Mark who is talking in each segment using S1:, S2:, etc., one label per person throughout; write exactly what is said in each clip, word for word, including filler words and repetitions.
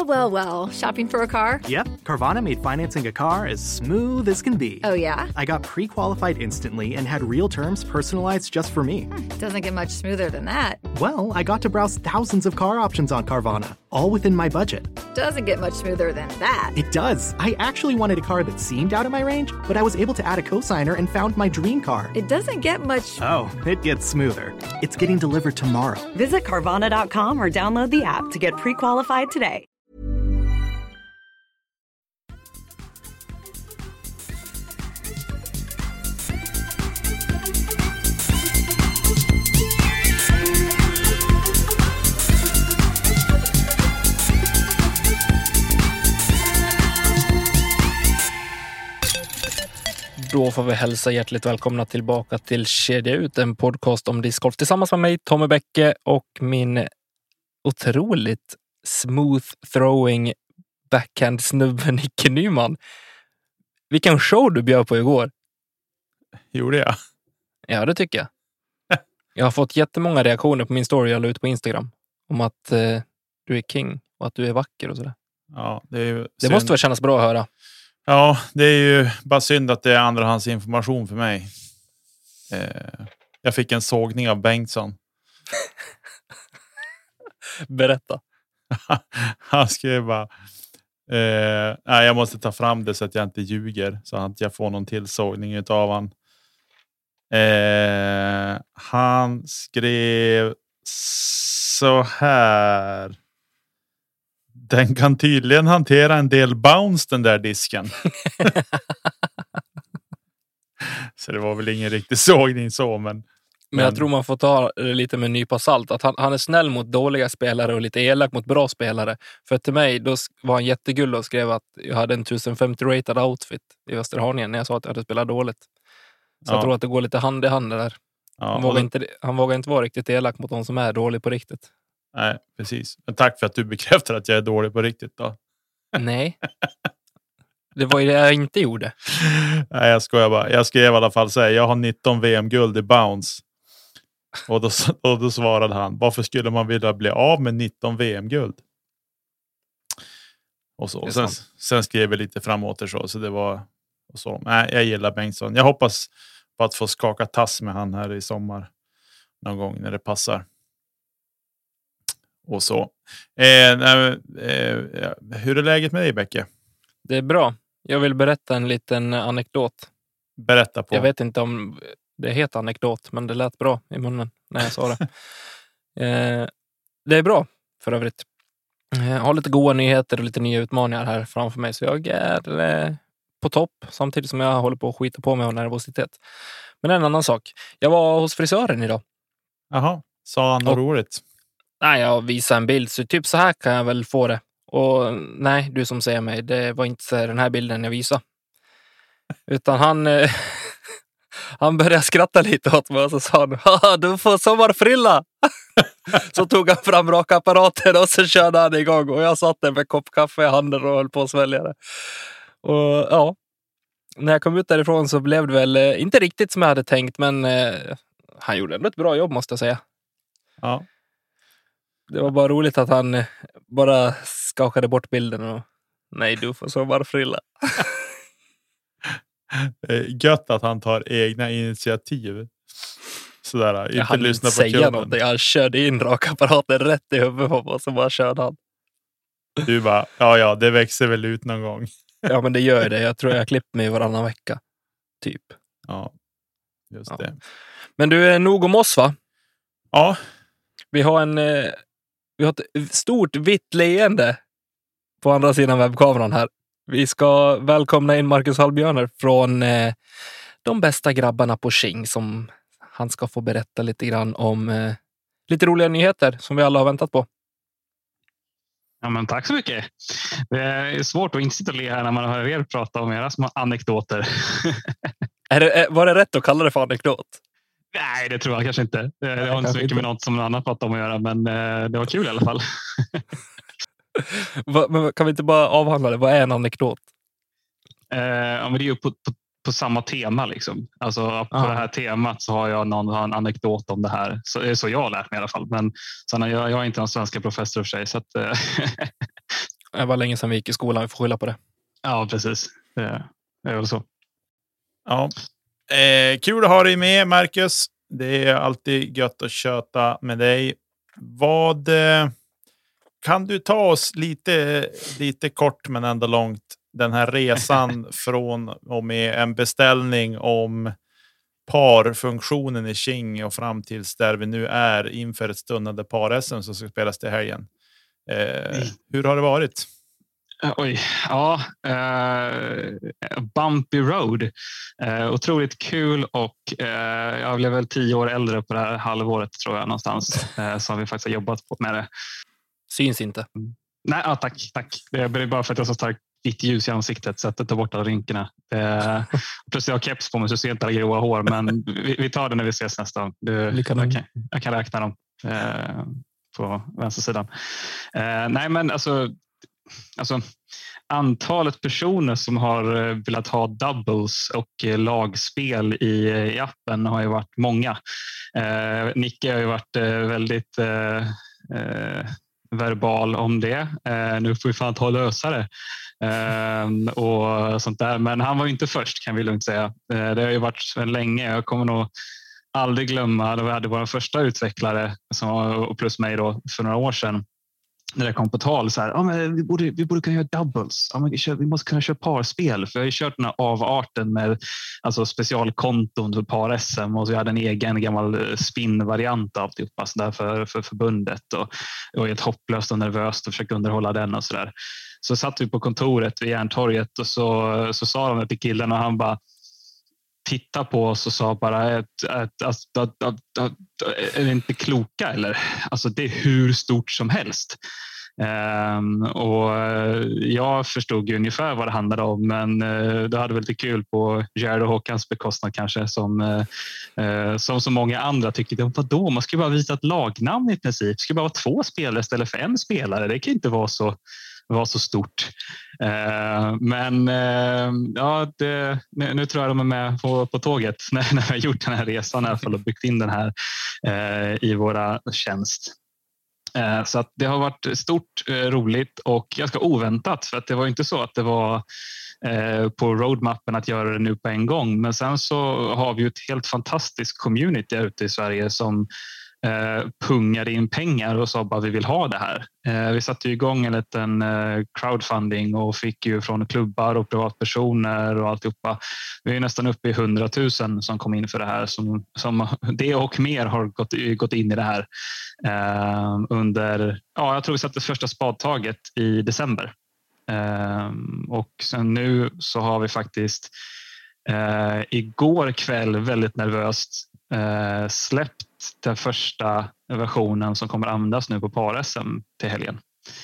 S1: well, well. Shopping for a car?
S2: Yep, Carvana made financing a car as smooth as can be.
S1: Oh, yeah?
S2: I got pre-qualified instantly and had real terms personalized just for me.
S1: Hmm, doesn't get much smoother than that.
S2: Well, I got to browse thousands of car options on Carvana, all within my budget.
S1: Doesn't get much smoother than that.
S2: It does. I actually wanted a car that seemed out of my range, but I was able to add a cosigner and found my dream car.
S1: It doesn't get much...
S2: Oh, it gets smoother. It's getting delivered tomorrow.
S3: Visit Carvana dot com or download the app to get pre-qualified today.
S4: Då får vi hälsa hjärtligt välkomna tillbaka till Kedja ut, en podcast om discgolf tillsammans med mig, Tommy Bäcke, och min otroligt smooth throwing backhand snubben Nicke Nyman. Vilken show du bjöd på igår.
S5: Gjorde jag?
S4: Ja, det tycker jag. Jag har fått jättemånga reaktioner på min story jag la ut på Instagram om att eh, du är king och att du är vacker och sådär.
S5: Ja, det är ju
S4: det måste väl kännas bra att höra.
S5: Ja, det är ju bara synd att det är andrahandsinformation för mig. Eh, jag fick en sågning av Bengtsson.
S4: Berätta.
S5: Han skrev bara... Eh, nej, jag måste ta fram det så att jag inte ljuger. Så att jag får någon tillsågning utav han. Eh, han skrev så här... Den kan tydligen hantera en del bounce, den där disken. Så det var väl ingen riktig sågning så, men... Men,
S4: men jag tror man får ta det lite med en nypa salt. Att han, han är snäll mot dåliga spelare och lite elak mot bra spelare. För till mig, då var han jättegull och skrev att jag hade en tusen femtio rated outfit i Västerhaninge när jag sa att jag hade spelat dåligt. Så ja. Jag tror att det går lite hand i hand där. Ja, han, vågar då... inte, han vågar inte vara riktigt elak mot de som är dålig på riktigt.
S5: Nej, precis. Men tack för att du bekräftar att jag är dålig på riktigt då.
S4: Nej. Det var ju det jag inte gjorde.
S5: Nej, jag skojar bara. Jag skrev i alla fall säga, jag har nitton V M-guld i bounce. Och då, och då svarade han, varför skulle man vilja bli av med nitton V M-guld? Och så. Och sen, sen skrev jag lite framåt så, så det var och så. Nej, jag gillar Bengtsson. Jag hoppas på att få skaka tass med han här i sommar. Någon gång när det passar. Och så. Eh, nej, eh, hur är läget med dig, Bäcke?
S4: Det är bra. Jag vill berätta en liten anekdot.
S5: Berätta på.
S4: Jag vet inte om det heter anekdot, men det lät bra i munnen när jag sa det. eh, det är bra, för övrigt. Jag har lite goda nyheter och lite nya utmaningar här framför mig. Så jag är eh, på topp, samtidigt som jag håller på att skita på mig av nervositet. Men en annan sak. Jag var hos frisören idag.
S5: Jaha, sa han något roligt?
S4: Nej, jag visar en bild, så typ så här kan jag väl få det. Och nej, du som säger mig, det var inte den här bilden jag visade. Utan han eh, han började skratta lite åt mig och så sa han, haha, du får sommarfrilla. Så tog han fram rakapparaten och så körde han igång. Och jag satt där med kopp kaffe i handen och höll på att svälja det. Och ja, när jag kom ut därifrån så blev det väl eh, inte riktigt som jag hade tänkt, men eh, han gjorde ändå ett bra jobb, måste jag säga. Ja. Det var bara roligt att han bara skakade bort bilden och nej, du får sommarfrilla.
S5: Gött att han tar egna initiativ. Sådär, inte
S4: han
S5: lyssna på
S4: säga
S5: kunden.
S4: Någonting. Han körde in rakapparaten rätt i huvudet på mig och så bara körde han.
S5: Du bara, ja ja, det växer väl ut någon gång.
S4: Ja, men det gör det. Jag tror jag klipper mig varannan vecka. Typ.
S5: Ja, just
S4: ja.
S5: det.
S4: Men du är nog om oss, va?
S5: Ja.
S4: Vi har en... Eh, vi har ett stort vitt leende på andra sidan webbkameran här. Vi ska välkomna in Marcus Hallbjörner från eh, de bästa grabbarna på King, som han ska få berätta lite grann om eh, lite roliga nyheter som vi alla har väntat på.
S6: Ja, men tack så mycket. Det är svårt att inte sitta och le här när man hör er prata om era små anekdoter.
S4: Är det, var det rätt att kalla det för anekdot?
S6: Nej, det tror jag kanske inte. Det, det har inte så mycket med något som någon annan pratar om att göra, men eh, det var kul i alla fall.
S4: Va, men kan vi inte bara avhandla det? Vad är en anekdot?
S6: Eh, ja, men det är ju på, på, på samma tema liksom. Alltså på
S4: Aha.
S6: det här temat så har jag någon har en anekdot om det här. Så det är så jag har lärt mig i alla fall. Men sen, jag, jag är inte någon svenska professor för sig. Så att, eh,
S4: Det var länge sedan vi gick i skolan, vi får skylla på det.
S6: Ja, precis. Det är väl så.
S5: Ja. Eh, kul att ha dig med, Marcus. Det är alltid gött att köta med dig. Vad eh, kan du ta oss lite, lite kort men ändå långt den här resan från och med en beställning om parfunktionen i King och fram tills där vi nu är inför ett stundande par-S M som ska spelas till helgen. Eh, hur har det varit?
S6: Oj, ja. Uh, bumpy road. Uh, otroligt kul och uh, jag blev väl tio år äldre på det här halvåret tror jag någonstans. Uh, så har vi faktiskt jobbat med det.
S4: Syns inte.
S6: Mm. Nej, ja, tack, tack. Det är bara för att jag har så starkt vitt ljus i ansiktet så att det tar bort alla rynkorna. Uh, plus jag har keps på mig så ser jag inte alla gråa hår, men vi, vi tar det när vi ses nästa gång. Du, jag, kan, jag kan räkna dem uh, på vänstersidan. Uh, nej, men alltså Alltså, antalet personer som har velat ha doubles och lagspel i, i appen har ju varit många. Eh, Nicke har ju varit eh, väldigt eh, eh, verbal om det. Eh, nu får vi fan ta och lösa det. Eh, och sånt där. Men han var ju inte först kan vi lugnt säga. Eh, det har ju varit länge. Jag kommer nog aldrig glömma då vi hade vår första utvecklare som var, plus mig då, för några år sedan. När det kom på tal så här, ja, men vi, borde, vi borde kunna göra doubles. Ja, men vi måste kunna köra parspel. För jag har ju kört den här avarten med alltså specialkonton för par-S M och så jag hade en egen gammal spin-variant av alltihopa så där för, för förbundet. Och jag var helt hopplöst och nervöst och försökte underhålla den och så där. Så satt vi på kontoret vid Järntorget och så, så sa de till killen och han bara titta på oss och sa bara att, att, att, att, att, att, är det inte kloka eller? Alltså det är hur stort som helst. Um, och jag förstod ju ungefär vad det handlade om men uh, det hade väl lite kul på Jared och Håkans bekostnad kanske som, uh, uh, som så många andra tyckte vadå? Man ska bara visa ett lagnamn i princip. Det ska bara vara två spelare istället för en spelare. Det kan inte vara så var så stort. Uh, men uh, ja, det, nu, nu tror jag de är med på, på tåget när, när vi har gjort den här resan i alla fall och byggt in den här uh, i våra tjänst. Uh, så att det har varit stort, uh, roligt och ganska oväntat för att det var inte så att det var uh, på roadmappen att göra det nu på en gång. Men sen så har vi ju ett helt fantastiskt community ute i Sverige som Eh, pungade in pengar och sa bara vi vill ha det här. Eh, vi satte igång en liten eh, crowdfunding och fick ju från klubbar och privatpersoner och alltihopa. Vi är nästan uppe i hundratusen som kom in för det här. Som, som det och mer har gått, gått in i det här eh, under, ja jag tror vi satte första spadtaget i december. Eh, och sen nu så har vi faktiskt eh, igår kväll väldigt nervöst eh, släppt den första versionen som kommer användas nu på par-S M till helgen.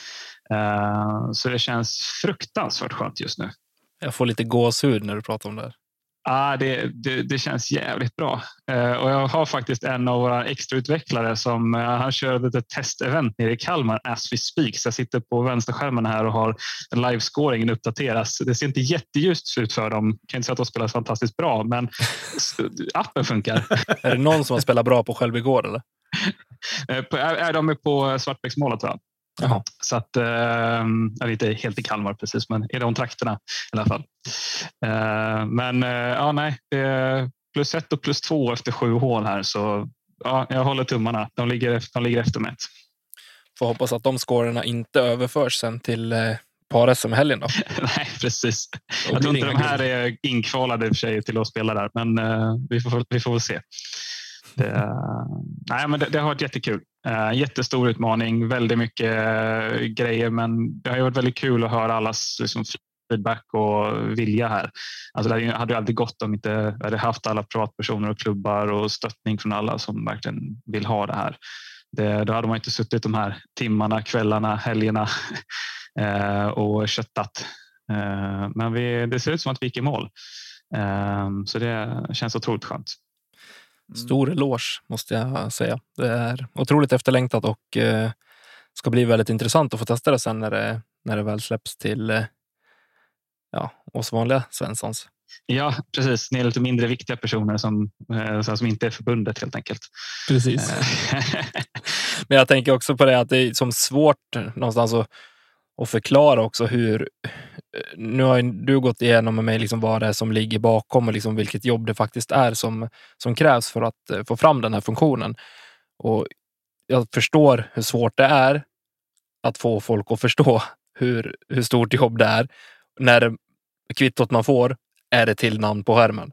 S6: Uh, så det känns fruktansvärt skönt just nu.
S4: Jag får lite gåshud när du pratar om det här.
S6: Ah, det, det, det känns jävligt bra. Uh, och jag har faktiskt en av våra extrautvecklare som uh, han kör ett testevent nere i Kalmar as we speak. Så jag sitter på vänsterskärmen här och har livescoringen uppdateras. Det ser inte jätteljust ut för dem. Kan inte säga att de spelar fantastiskt bra, men appen funkar.
S4: Är det någon som har spelat bra på själv igår eller?
S6: Uh, är, är de på Svartbäcksmålet tror jag.
S4: Jaha.
S6: Så att, eh, jag är inte helt i Kalmar precis, men är de trakterna i alla fall. Eh, men eh, ja, nej, det är plus ett och plus två efter sju hål här, så ja, jag håller tummarna. De ligger, de ligger efter mig.
S4: Får hoppas att de scorerna inte överförs sen till eh, par-S M helgen då.
S6: Nej, precis. Jag tror inte de här är inkvalade i och för sig till att spela där, men eh, vi, får, vi får väl se. Det, nej, men det, det har varit jättekul. Uh, jättestor utmaning, väldigt mycket uh, grejer, men det har ju varit väldigt kul att höra allas liksom, feedback och vilja här. Alltså, det hade ju aldrig gått om inte hade haft alla privatpersoner och klubbar och stöttning från alla som verkligen vill ha det här. Det, då hade man inte suttit de här timmarna, kvällarna, helgerna uh, och köttat. Uh, men vi, det ser ut som att vi gick i mål. Uh, så det känns otroligt skönt.
S4: Stor eloge måste jag säga. Det är otroligt efterlängtat och eh, ska bli väldigt intressant att få testa det sen när det, när det väl släpps till eh, ja, oss vanliga Svenssons.
S6: Ja, precis. Ni är lite mindre viktiga personer som, eh, som inte är förbundet helt enkelt.
S4: Precis. Men jag tänker också på det att det är som svårt någonstans att och förklara också hur, nu har du gått igenom med mig liksom vad det är som ligger bakom och liksom vilket jobb det faktiskt är som, som krävs för att få fram den här funktionen. Och jag förstår hur svårt det är att få folk att förstå hur, hur stort jobb det är när kvittot man får är det till namn på skärmen.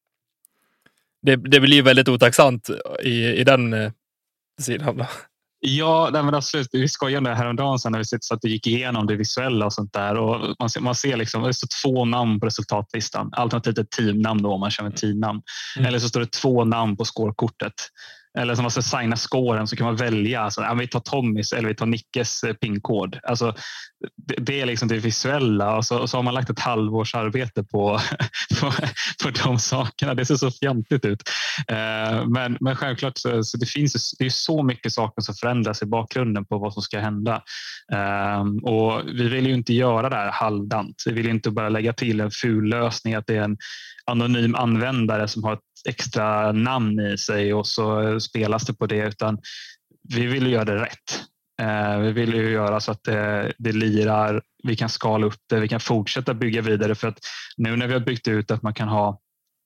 S4: Det, det blir väldigt otacksamt i, i den eh, sidan då.
S6: Ja, nej, men absolut. Vi skojade häromdagen sen när vi så att det gick igenom det visuella och sånt där. Och man ser, man ser liksom, det står två namn på resultatlistan. Alternativt ett teamnamn då om man kör en teamnamn. Mm. Eller så står det två namn på scorekortet. Eller som man ska signa scoren så kan man välja. Alltså, ja, vi tar Tommys eller vi tar Nickes pinkod. Alltså, det, det är liksom det visuella. Och så, och så har man lagt ett halvårs arbete på, på, på de sakerna. Det ser så fjantigt ut. Eh, men, men självklart så, så det finns det är så mycket saker som förändras i bakgrunden på vad som ska hända. Eh, och vi vill ju inte göra det här halvdant. Vi vill inte bara lägga till en ful lösning att det är en anonym användare som har ett extra namn i sig och så spelas det på det, utan vi vill göra det rätt. Eh, vi vill ju göra så att det, det lirar, vi kan skala upp det, vi kan fortsätta bygga vidare, för att nu när vi har byggt ut att man kan ha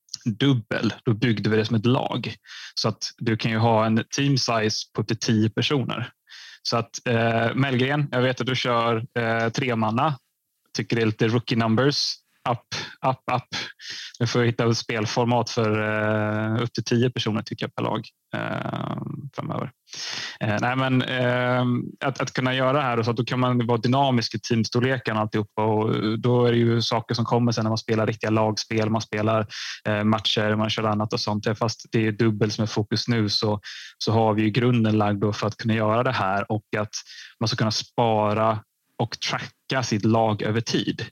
S6: dubbel, då byggde vi det som ett lag. Så att du kan ju ha en team size på upp till tio personer. Så att eh, Mellgren, jag vet att du kör eh, tre manna, tycker det är lite rookie numbers. Upp, upp, upp. Nu får jag hitta ett spelformat för uh, upp till tio personer tycker jag per lag uh, framöver. Uh, nej, men, uh, att, att kunna göra det här, så att då kan man vara dynamisk i teamstorleken och alltihopa, och då är det ju saker som kommer sen när man spelar riktiga lagspel, man spelar uh, matcher, man kör annat och sånt. Fast det är dubbelt som är fokus nu, så, så har vi ju grunden lagd då för att kunna göra det här, och att man ska kunna spara och tracka sitt lag över tid.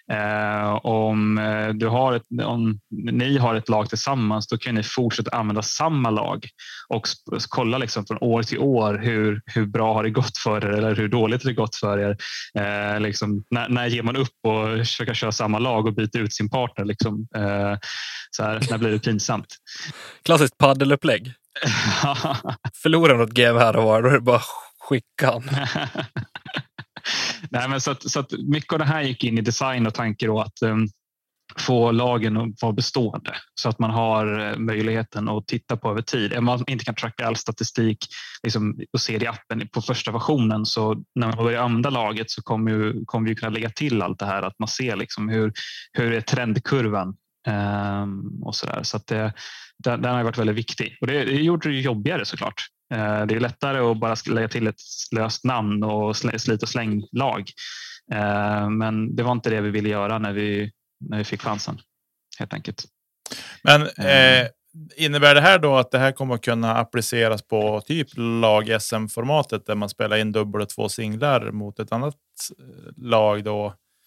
S6: Eh, om, du har ett, om ni har ett lag tillsammans, då kan ni fortsätta använda samma lag och sp- kolla liksom från år till år hur, hur bra har det gått för er eller hur dåligt har det gått för er. Eh, liksom, när, när ger man upp och försöker köra samma lag och byta ut sin partner? Liksom, eh, så här, när blir det pinsamt?
S4: Klassiskt paddelupplägg. Förlorar något game här och var, då är det bara skicka han.
S6: Nej, men så att, så att mycket av det här gick in i design och tanke då att um, få lagen att vara bestående, så att man har möjligheten att titta på över tid. Om man inte kan tracka all statistik liksom, och se det i appen på första versionen, så när man börjar använda laget så kommer, ju, kommer vi kunna lägga till allt det här, att man ser liksom hur, hur är trendkurvan um, och sådär. Så att det, den, den har varit väldigt viktig, och det, det gjorde det jobbigare såklart. Det är lättare att bara lägga till ett löst namn och slit och slänglag. Men det var inte det vi ville göra när vi, när vi fick chansen, helt enkelt.
S5: Men eh, innebär det här då att det här kommer att kunna appliceras på typ lag-S M-formatet där man spelar in dubbel och två singlar mot ett annat lag då?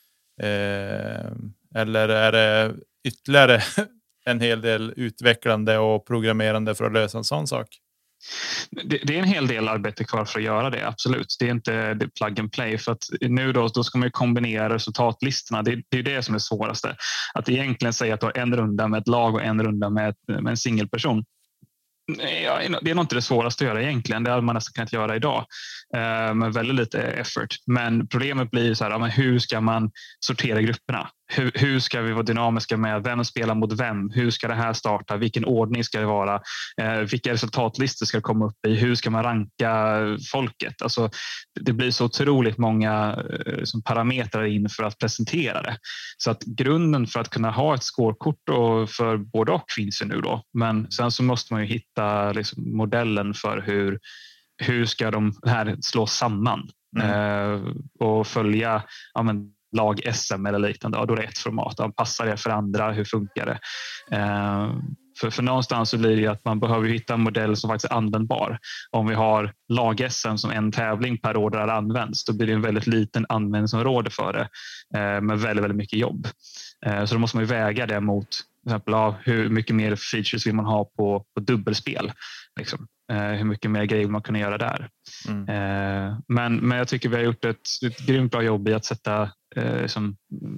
S5: Eh, eller är det ytterligare en hel del utvecklande och programmerande för att lösa en sån sak?
S6: Det, det är en hel del arbete kvar för att göra det, absolut. Det är inte det plug and play, för att nu då, då ska man ju kombinera resultatlistorna. Det, det är det som är svåraste. Att egentligen säga att du har en runda med ett lag och en runda med, ett, med en singelperson. Ja, det är nog inte det svåraste att göra egentligen. Det hade man nästan kunnat göra idag eh, med väldigt lite effort. Men problemet blir så här, ja, men hur ska man sortera grupperna? Hur, hur ska vi vara dynamiska med vem spelar mot vem? Hur ska det här starta? Vilken ordning ska det vara? Eh, vilka resultatlistor ska det komma upp i? Hur ska man ranka folket? Alltså, det blir så otroligt många eh, som parametrar in för att presentera det. Så att grunden för att kunna ha ett scorekort och för både och finns ju nu då. Men sen så måste man ju hitta liksom, modellen för hur, hur ska de här slås samman mm. eh, och följa ja, men, lag-S M eller liknande. Ja, då är det ett format. Ja, passar det för andra? Hur funkar det? Eh, för, för någonstans så blir det att man behöver hitta en modell som faktiskt är användbar. Om vi har lag-S M som en tävling per år där det används, då blir det en väldigt liten användningsområde för det eh, med väldigt, väldigt mycket jobb. Eh, så då måste man ju väga det mot till exempel, ja, hur mycket mer features vill man ha på, på dubbelspel. Liksom. Eh, hur mycket mer grejer man kan göra där. Mm. Eh, men, men jag tycker vi har gjort ett, ett grymt bra jobb i att sätta eh, som,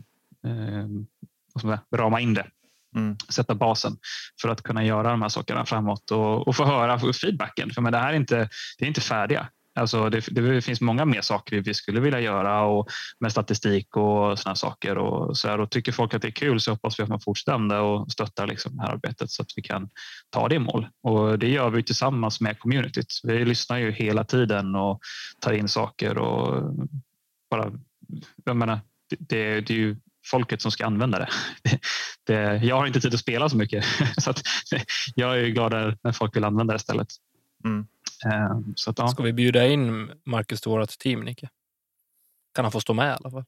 S6: eh, rama in det. Mm. Sätta basen för att kunna göra de här sakerna framåt och, och få höra feedbacken. För men det här är inte, det är inte färdiga. Alltså det, det finns många mer saker vi skulle vilja göra och med statistik och såna saker och så här. Och tycker folk att det är kul så hoppas vi att man fortsätter och stöttar liksom det här arbetet så att vi kan ta det i mål. Och det gör vi tillsammans med communityt. Vi lyssnar ju hela tiden och tar in saker och bara, jag menar, det, det, det är ju folket som ska använda det. det. Jag har inte tid att spela så mycket så att jag är glad när folk vill använda det istället.
S5: Mm.
S6: Så att, ja.
S4: Ska vi bjuda in Marcus till vårt team, Nicke? Kan han få stå med i alla fall?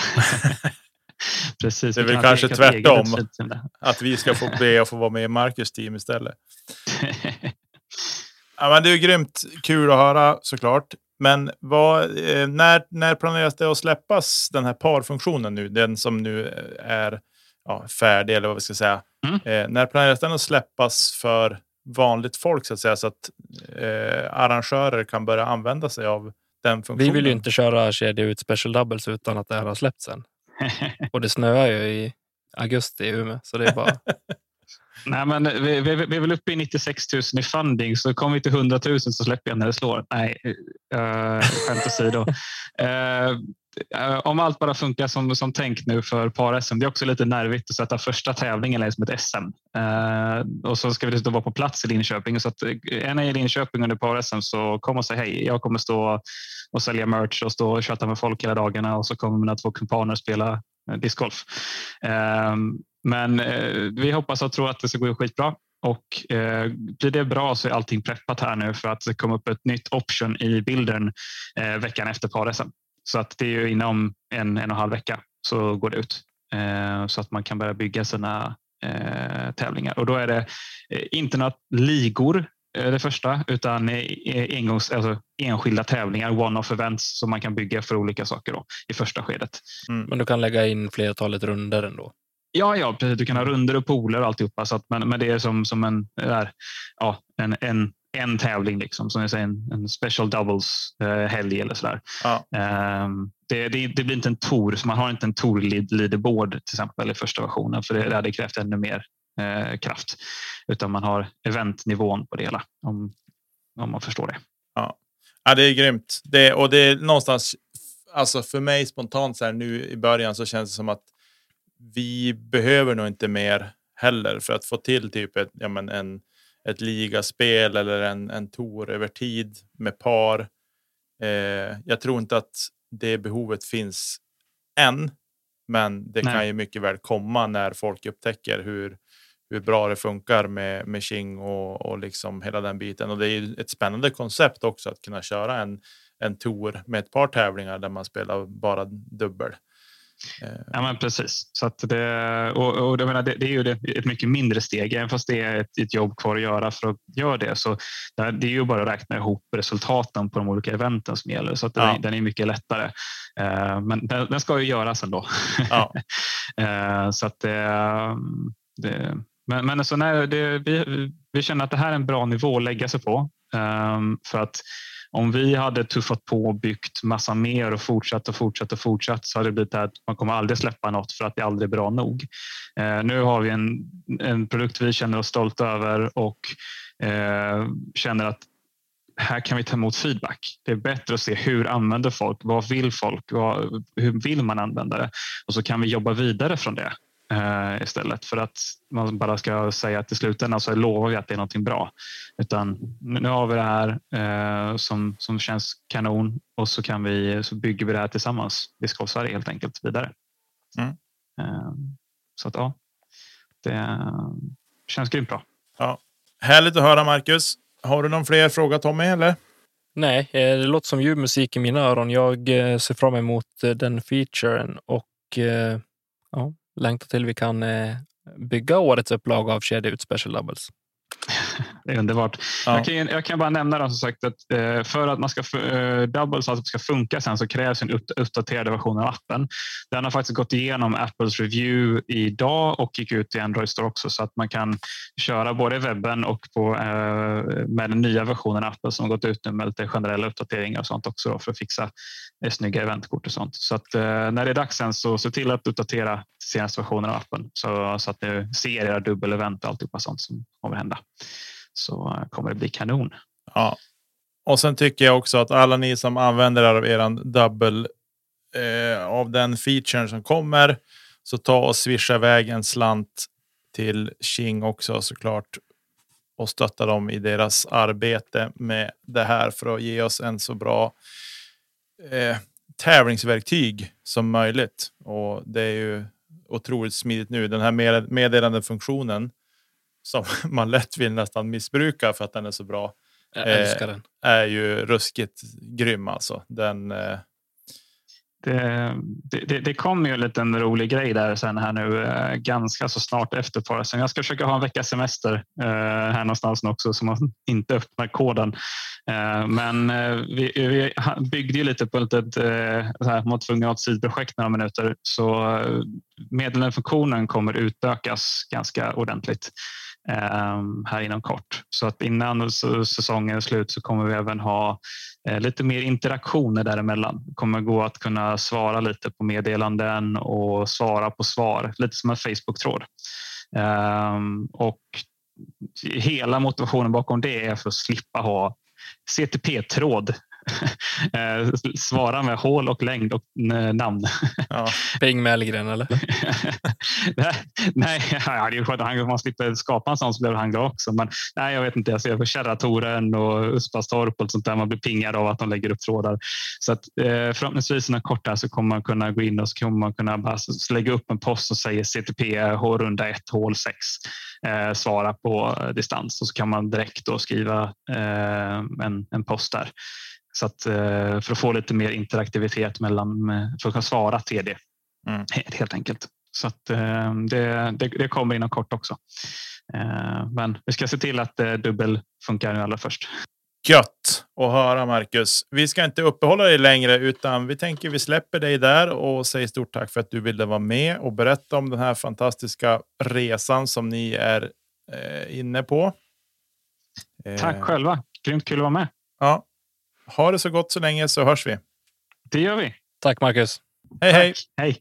S6: Precis.
S5: Det är väl kanske tvärtom. Att vi ska få be att få vara med i Marcus team istället. Ja, men det är ju grymt kul att höra såklart. Men vad, eh, när, när planeras det att släppas den här parfunktionen nu? Den som nu är ja, färdig eller vad vi ska säga.
S6: Mm.
S5: Eh, när planeras den att släppas för vanligt folk så att säga så att eh, arrangörer kan börja använda sig av den funktionen?
S4: Vi vill ju inte köra kedja ut special doubles utan att det här har släppts sen. Och det snöar ju i augusti i Umeå så det är bara...
S6: Nej, men vi, vi, vi är väl uppe i nittiosex tusen i funding så kommer vi till hundra tusen så släpper jag när det slår. Nej, uh, skämt åsido. Uh, uh, om allt bara funkar som, som tänkt nu för par-S M, det är också lite nervigt att sätta första tävlingen liksom ett S M. Uh, och så ska vi dessutom vara på plats i Linköping. Så att en är i Linköping under par-S M så kom och säg hej. Jag kommer stå och sälja merch och stå och chatta med folk hela dagarna och så kommer mina två kumpaner spela discgolf. Uh, Men eh, vi hoppas och tror att det ska gå skitbra och eh, blir det bra så är allting preppat här nu för att det kommer upp ett nytt option i bilden eh, veckan efter par-S M. Så att det är ju inom en, en och en halv vecka så går det ut eh, så att man kan börja bygga sina eh, tävlingar. Och då är det eh, inte några ligor eh, det första utan eh, engångs, alltså enskilda tävlingar, one-off events som man kan bygga för olika saker då, i första skedet.
S4: Mm. Men du kan lägga in flertalet runder ändå?
S6: Ja, ja, precis. Du kan ha runder och pooler och alltihopa. Så att, men, men det är som, som en, där, ja, en, en, en tävling, liksom, som jag säger, en, en special doubles eh, helg eller sådär.
S5: Ja.
S6: Eh, det, det, det blir inte en tour, så man har inte en tour-leaderboard till exempel i första versionen, för det, det hade krävt ännu mer eh, kraft. Utan man har eventnivån på det hela, om, om man förstår det.
S5: Ja, ja det är grymt. Det, och det är någonstans, alltså för mig spontant så här nu i början så känns det som att vi behöver nog inte mer heller för att få till typ ett, ja men en, ett ligaspel eller en, en tour över tid med par. Eh, jag tror inte att det behovet finns än, men det Nej. kan ju mycket väl komma när folk upptäcker hur, hur bra det funkar med, med Qing och, och liksom hela den biten. Och det är ju ett spännande koncept också att kunna köra en, en tour med ett par tävlingar där man spelar bara dubbel.
S6: Ja, men precis. Så att det, och, och jag menar, det, det är ju det, ett mycket mindre steg, även fast det är ett, ett jobb kvar att göra för att göra det. Så det är ju bara att räkna ihop resultaten på de olika eventen som gäller. Så att ja. den, den är mycket lättare. Men den, den ska ju göras ändå. Ja. Så att det, det, men, men alltså när det, vi, vi känner att det här är en bra nivå att lägga sig på. För att om vi hade tuffat på och byggt massa mer och fortsatt och fortsatt och fortsatt så hade det blivit att man kommer aldrig släppa något för att det aldrig är bra nog. Eh, nu har vi en, en produkt vi känner oss stolta över och eh, känner att här kan vi ta emot feedback. Det är bättre att se hur använder folk, vad vill folk, vad, hur vill man använda det? Och så kan vi jobba vidare från det. Uh, istället för att man bara ska säga att i slutändan så lovar vi att det är någonting bra. Utan nu har vi det här uh, som, som känns kanon och så, kan vi, så bygger vi det här tillsammans. Discgolf Sverige helt enkelt vidare. Mm. Uh, så att ja, det känns grymt bra.
S5: Ja. Härligt att höra, Marcus. Har du någon fler fråga, Tommy, eller?
S4: Nej, det låter som ljudmusik i mina öron. Jag ser fram emot den featuren och ja, längtar till vi kan eh, bygga årets upplag av kedja ut special doubles.
S6: Det är underbart. Ja. Jag, kan, jag kan bara nämna då, som sagt att eh, för att man ska eh, doubles alltså ska funka sen så krävs en upp, uppdaterad version av appen. Den har faktiskt gått igenom Apples review idag och gick ut i Android Store också så att man kan köra både i webben och på, eh, med den nya versionen av appen som har gått ut nu med lite generella uppdateringar och sånt också då, för att fixa eh, snygga eventkort och sånt. Så att eh, när det är dags sen så se till att uppdatera senaste versionen av appen så, så att ni ser era dubbelevent och alltihopa sånt som kommer hända. Så kommer det bli kanon.
S5: Ja. Och sen tycker jag också att alla ni som använder er av eran double eh, av den featuren som kommer, så ta och swisha iväg en slant till King också såklart och stötta dem i deras arbete med det här för att ge oss en så bra eh, tävlingsverktyg som möjligt. Och det är ju otroligt smidigt nu. Den här med- meddelande funktionen som man lätt vill nästan missbruka för att den är så bra.
S4: Jag älskar den.
S5: Är ju ruskigt grym alltså. Den... Eh...
S6: Det, det, det kommer ju en liten rolig grej där sen här nu eh, ganska så snart efter parasen. Jag ska försöka ha en veckas semester eh, här någonstans också så man inte öppnar koden. Eh, men eh, vi, vi byggde ju lite på ett eh, så här, mot tvungna ett sidprojekt några minuter, så eh, meddelandefunktionen kommer utökas ganska ordentligt eh, här inom kort. Så att innan så, säsongen är slut så kommer vi även ha eh, lite mer interaktioner däremellan. Det kommer gå att kunna svara lite på meddelanden och svara på svar, lite som en Facebook-tråd. Eh, och hela motivationen bakom det är för att slippa ha C T P-tråd. Svara med hål och längd och namn.
S4: Ja. Ping Mellgren eller?
S6: Nej, ja, det är skönt att man slipper skapa en sån, så blir han glad också. Men nej, jag vet inte. Jag ser på Kärratoren och Uspastorp och sånt där. Man blir pingad av att de lägger upp trådar. Så att eh, förhoppningsvis när kort här så kommer man kunna gå in och så kommer man kunna bara lägga upp en post som säger C T P H-runda ett, hål sex. Eh, svara på distans och så kan man direkt då skriva eh, en, en post där. Så att, för att få lite mer interaktivitet mellan, för att kunna svara T D mm. helt enkelt. Så att det, det, det kommer inom kort också. Men vi ska se till att dubbel funkar nu allra först.
S5: Gött att höra, Marcus. Vi ska inte uppehålla dig längre utan vi tänker vi släpper dig där och säger stort tack för att du ville vara med och berätta om den här fantastiska resan som ni är eh, inne på.
S6: Tack eh. själva. Grymt kul att vara med.
S5: Ja. Ha det så gott så länge så hörs vi.
S6: Det gör vi.
S4: Tack Marcus.
S5: Hej hej.
S6: Hej.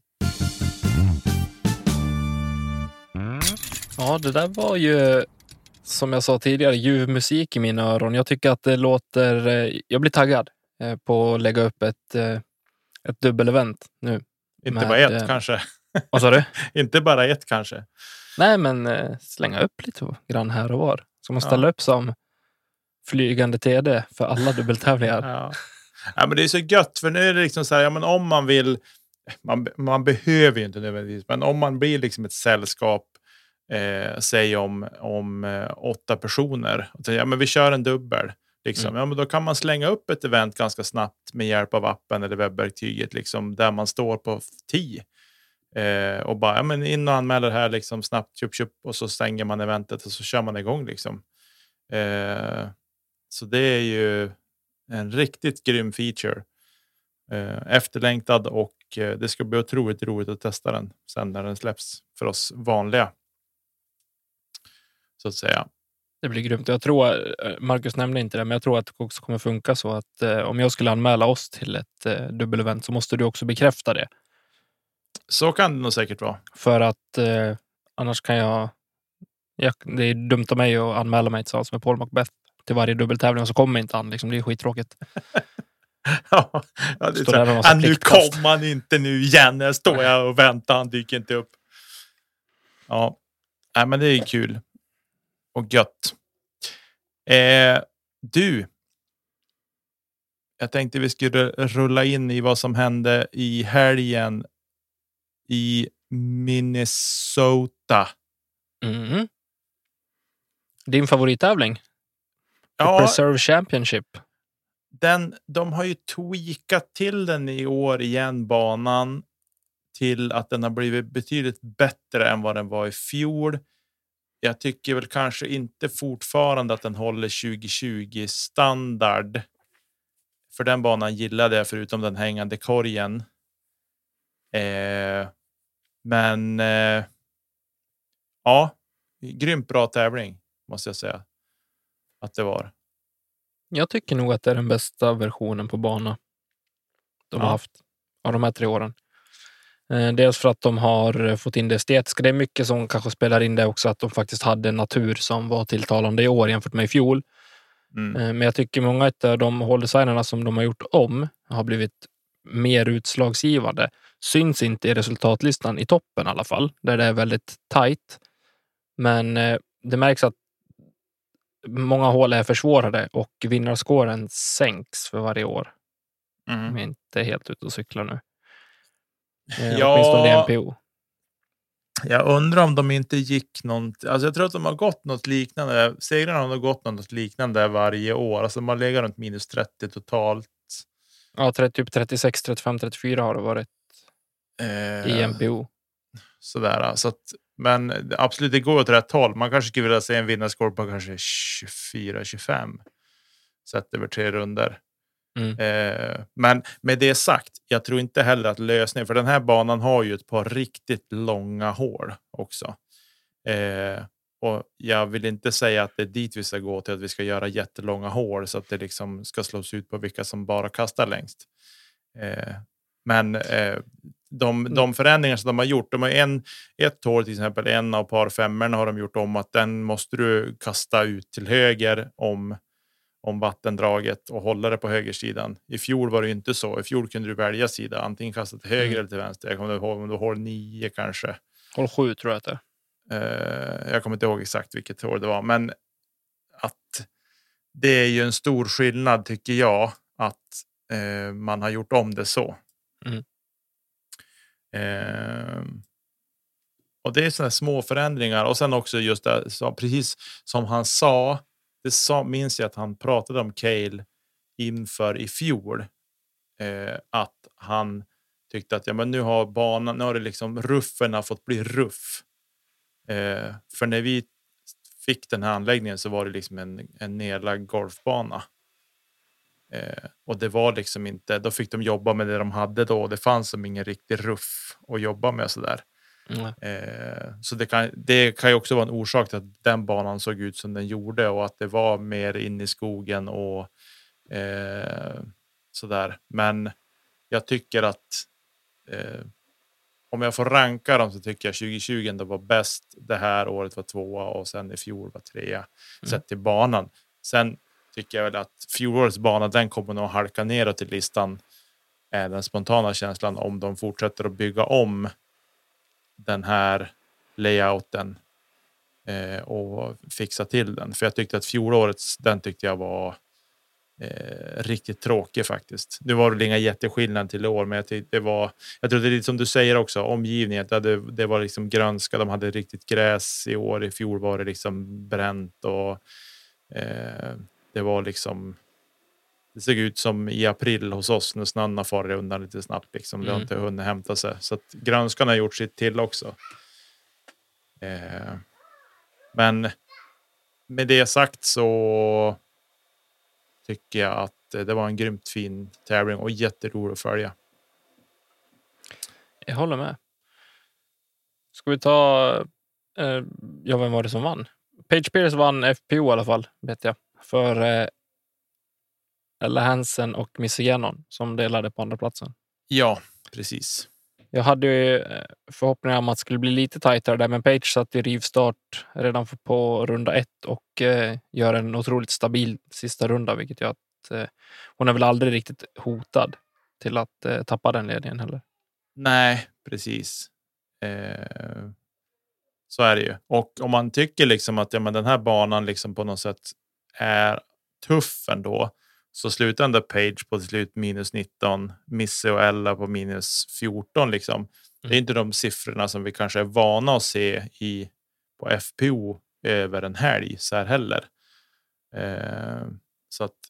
S4: Ja, det där var ju som jag sa tidigare ljuv musik i mina öron. Jag tycker att det låter, jag blir taggad på att lägga upp ett, ett dubbelevent nu.
S5: Inte med, bara ett kanske.
S4: Vad sa du?
S5: Inte bara ett kanske.
S4: Nej, men slänga upp lite grann här och var. Ska man ställa ja. upp som flygande T D för alla dubbeltävlingar.
S5: Ja. Ja, men det är så gött för nu är det liksom så här, ja, men om man vill man, man behöver ju inte nödvändigtvis, men om man blir liksom ett sällskap eh, säg om, om eh, åtta personer och säger, ja men vi kör en dubbel liksom. Mm. Ja men då kan man slänga upp ett event ganska snabbt med hjälp av appen eller webbverktyget liksom, där man står på tio eh, och bara, ja men in och anmäler här liksom snabbt, tjup, tjup, och så stänger man eventet och så kör man igång liksom. Eh, Så det är ju en riktigt grym feature. Eh, efterlängtad och eh, det ska bli otroligt roligt att testa den sen när den släpps för oss vanliga. Så att säga.
S4: Det blir grymt. Jag tror, Marcus nämnde inte det, men jag tror att det också kommer funka så att eh, om jag skulle anmäla oss till ett eh, dubbelevent så måste du också bekräfta det.
S5: Så kan det nog säkert vara.
S4: För att eh, annars kan jag, jag... Det är dumt av mig att anmäla mig tillsammans med Paul Macbeth till varje dubbeltävling och så kommer inte han. Liksom, det är skittråkigt.
S5: ja, ja, det är så. Ah, nu kommer han inte nu igen. Jag står jag och väntar. Han dyker inte upp. Ja, nej, men det är kul. Och gött. Eh, du. Jag tänkte vi skulle rulla in i vad som hände i helgen i Minnesota.
S4: Mm. Din favorittävling?
S5: Ja,
S4: Preserve Championship.
S5: Den, de har ju tweakat till den i år igen, banan, till att den har blivit betydligt bättre än vad den var i fjol. Jag tycker väl kanske inte fortfarande att den håller tjugo tjugo standard. För den banan gillade jag förutom den hängande korgen. Eh, men eh, ja, grymt bra tävling måste jag säga att det var.
S4: Jag tycker nog att det är den bästa versionen på bana de ja. har haft av de här tre åren. Eh, dels för att de har fått in det estetiska. Det är mycket som kanske spelar in det också, att de faktiskt hade en natur som var tilltalande i år jämfört med i fjol.
S5: Mm.
S4: Men jag tycker många av de hålldesignerna som de har gjort om har blivit mer utslagsgivande. Syns inte i resultatlistan i toppen i alla fall, där det är väldigt tight. Men det märks att många hål är försvårade och vinnarskåren sänks för varje år.
S5: Mm.
S4: De är inte helt ute och cyklar nu.
S5: Ja,
S4: åtminstone D M P O.
S5: Jag undrar om de inte gick något... Alltså jag tror att de har gått något liknande. Segrarna har gått något liknande varje år. Alltså de har legat runt minus trettio totalt.
S4: Ja, typ trettiosex, trettiofem, trettiofyra har det varit
S5: eh,
S4: i M P O.
S5: Sådär, så att, men absolut, det går åt rätt håll. Man kanske skulle vilja se en vinnarskår på kanske tjugofyra tjugofem. Sett över tre runder.
S4: Mm.
S5: Eh, men med det sagt, jag tror inte heller att lösningen, för den här banan har ju ett par riktigt långa hål också. Eh, och jag vill inte säga att det är dit vi ska gå till, att vi ska göra jättelånga hål så att det liksom ska slås ut på vilka som bara kastar längst. Eh, men eh, de, de förändringar som de har gjort, de har en, ett hål till exempel, en av par femmorna har de gjort om att den måste du kasta ut till höger om om vattendraget och hålla det på högersidan. I fjol var det inte så. I fjol kunde du välja sida. Antingen kasta till höger mm. eller till vänster. Jag kommer inte ihåg om du håll nio kanske.
S4: Håll sju tror jag att det
S5: är. Uh, jag kommer inte ihåg exakt vilket år det var. Men att det är ju en stor skillnad tycker jag att uh, man har gjort om det så.
S4: Mm.
S5: Uh, och det är sådana små förändringar. Och sen också just det, så, precis som han sa, det sa, minns jag att han pratade om Cale inför i fjol. Eh, att han tyckte att ja, men nu har banan, nu har det liksom rufferna fått bli ruff. Eh, för när vi fick den här anläggningen så var det liksom en, en nedlagd golfbana. Eh, och det var liksom inte, då fick de jobba med det de hade då. Det fanns som ingen riktig ruff att jobba med sådär. Mm. Eh, så det kan, det kan ju också vara en orsak till att den banan såg ut som den gjorde och att det var mer in i skogen och eh, sådär. Men jag tycker att eh, om jag får ranka dem så tycker jag tjugo tjugo det var bäst, det här året var tvåa och sen i fjol var trea mm. sett till banan. Sen tycker jag väl att fjolårets bana, den kommer nog halka neråt till listan, är den spontana känslan, om de fortsätter att bygga om den här layouten eh, och fixa till den. För jag tyckte att fjolårets, den tyckte jag var eh, riktigt tråkig faktiskt. Nu var det inga jätteskillnad till i år, men jag tyckte det var, jag tror det är lite som du säger också, omgivningen, det, det var liksom grönska, de hade riktigt gräs i år, i fjol var det liksom bränt och eh, det var liksom, det såg ut som i april hos oss när snön har farit undan lite snabbt. Liksom. Det har inte hunnit hämta sig. Så att grönskan har gjort sitt till också. Eh, men med det sagt så tycker jag att det var en grymt fin tävling och jätterolig att följa.
S4: Jag håller med. Ska vi ta... Eh, ja, vem var det som vann? Paige Pierce vann F P O i alla fall, vet jag. För... Eh, Ella Hansen och Missy Gannon som delade på andra platsen.
S5: Ja, precis.
S4: Jag hade ju förhoppningar om att det skulle bli lite tajtare där, men Paige satt i rivstart redan på runda ett och eh, gör en otroligt stabil sista runda, vilket gör att eh, hon är väl aldrig riktigt hotad till att eh, tappa den ledningen heller.
S5: Nej, precis. Eh, så är det ju. Och om man tycker liksom att ja, men den här banan liksom på något sätt är tuff ändå, så slutande Page på till slut minus nitton, Missy och Ella på minus fjorton liksom. Mm. Det är inte de siffrorna som vi kanske är vana att se i på F P O över en helg så här heller. Eh, så att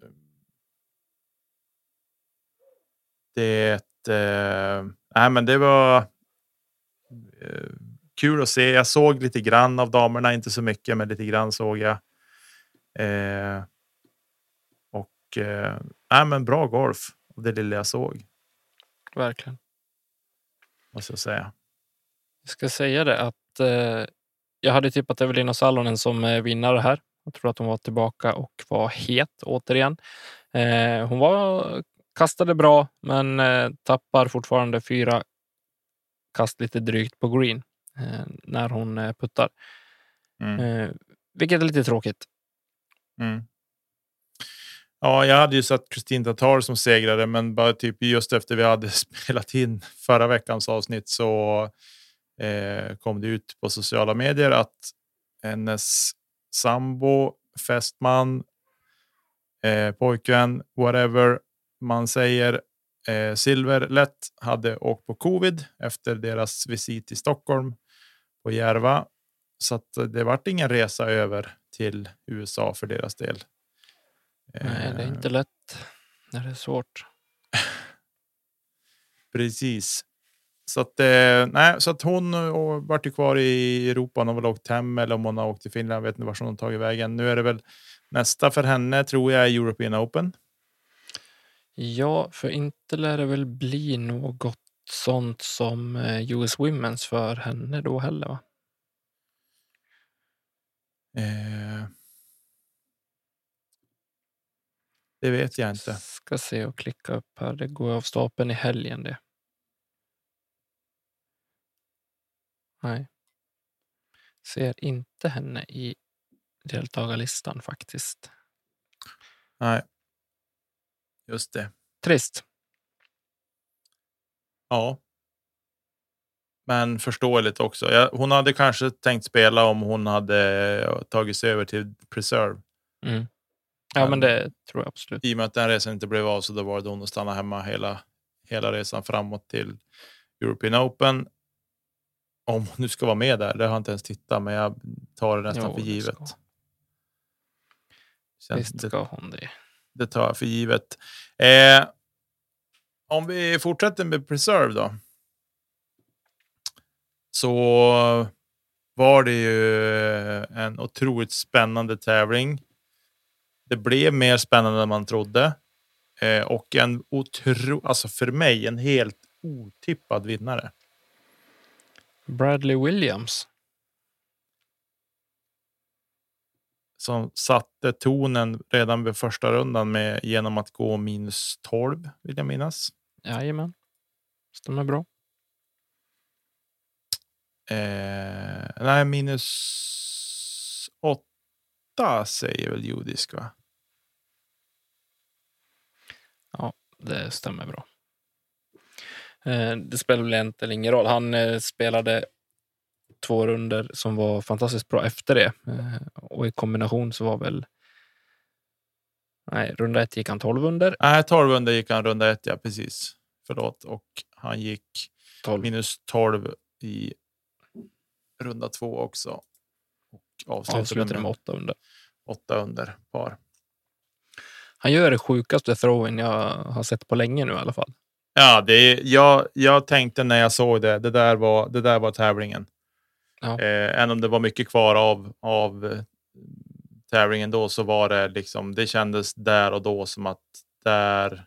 S5: det eh, nej, men det var eh, kul att se. Jag såg lite grann av damerna, inte så mycket, men lite grann såg jag. Eh, och eh, nej, men bra golf och det lilla jag såg.
S4: Verkligen.
S5: Måste jag säga.
S4: Jag ska säga det att eh, jag hade tippat Evelina Salonen som eh, vinnare här. Jag tror att hon var tillbaka och var het återigen. Eh, hon var kastade bra, men eh, tappar fortfarande fyra kast lite drygt på green eh, när hon eh, puttar.
S5: Mm.
S4: Eh, vilket är lite tråkigt.
S5: Mm. Ja, jag hade ju satt Kristin Tatar som segrare, men bara typ just efter vi hade spelat in förra veckans avsnitt så eh, kom det ut på sociala medier att hennes sambo, fästman, eh, pojkvän, whatever man säger, eh, Silverlätt hade åkt på covid efter deras visit i Stockholm på Järva. Så att det vart ingen resa över till U S A för deras del.
S4: Nej, det är inte lätt när det är svårt.
S5: Precis. Så att, eh, nej, så att hon och, vart ju kvar i Europa. Hon har väl åkt hem eller om hon har åkt till Finland. Jag vet inte var hon tagit vägen. Nu är det väl nästa för henne tror jag är European Open.
S4: Ja, för inte lär det väl bli något sånt som U S Women's för henne då heller, va?
S5: Eh, det vet jag inte.
S4: Ska se och klicka upp här. Det går av stapeln i helgen det. Nej. Ser inte henne i deltagarlistan faktiskt.
S5: Nej. Just det.
S4: Trist.
S5: Ja. Men förståeligt också. Jag, hon hade kanske tänkt spela om hon hade tagit sig över till Preserve.
S4: Mm. Ja, men, men det tror jag absolut.
S5: I och med att den resan inte blev av så då var det hon att stanna hemma hela, hela resan framåt till European Open. Om hon nu ska vara med där, det har jag inte ens tittat, men jag tar det nästan jo, för givet.
S4: Visst ska hon det.
S5: Det tar jag för givet. Eh, om vi fortsätter med Preserve då. Så var det ju en otroligt spännande tävling. Det blev mer spännande än man trodde. Eh, och en otro, alltså för mig en helt otippad vinnare.
S4: Bradley Williams.
S5: Som satte tonen redan vid första rundan med, genom att gå minus tolv, vill jag minnas.
S4: Jajamän. Stämmer bra.
S5: Eh, nej, minus åtta säger väl judisk, va?
S4: Ja, det stämmer bra. Eh, det spelar väl egentligen ingen roll. Han eh, spelade två runder som var fantastiskt bra efter det. Eh, och i kombination så var väl nej, runda ett gick han tolv under.
S5: Nej, tolv under gick han runda ett, ja precis. Förlåt. Och han gick tolv. Minus tolv i runda två också. Och avslutade,
S4: avslutade med, med åtta under.
S5: Åtta under par.
S4: Han gör det sjukaste throwen jag har sett på länge nu i alla fall.
S5: Ja, det är, jag, jag tänkte när jag såg det, det där var, det där var tävlingen. Ja. Eh, även om det var mycket kvar av, av tävlingen då så var det liksom, det kändes där och då som att där,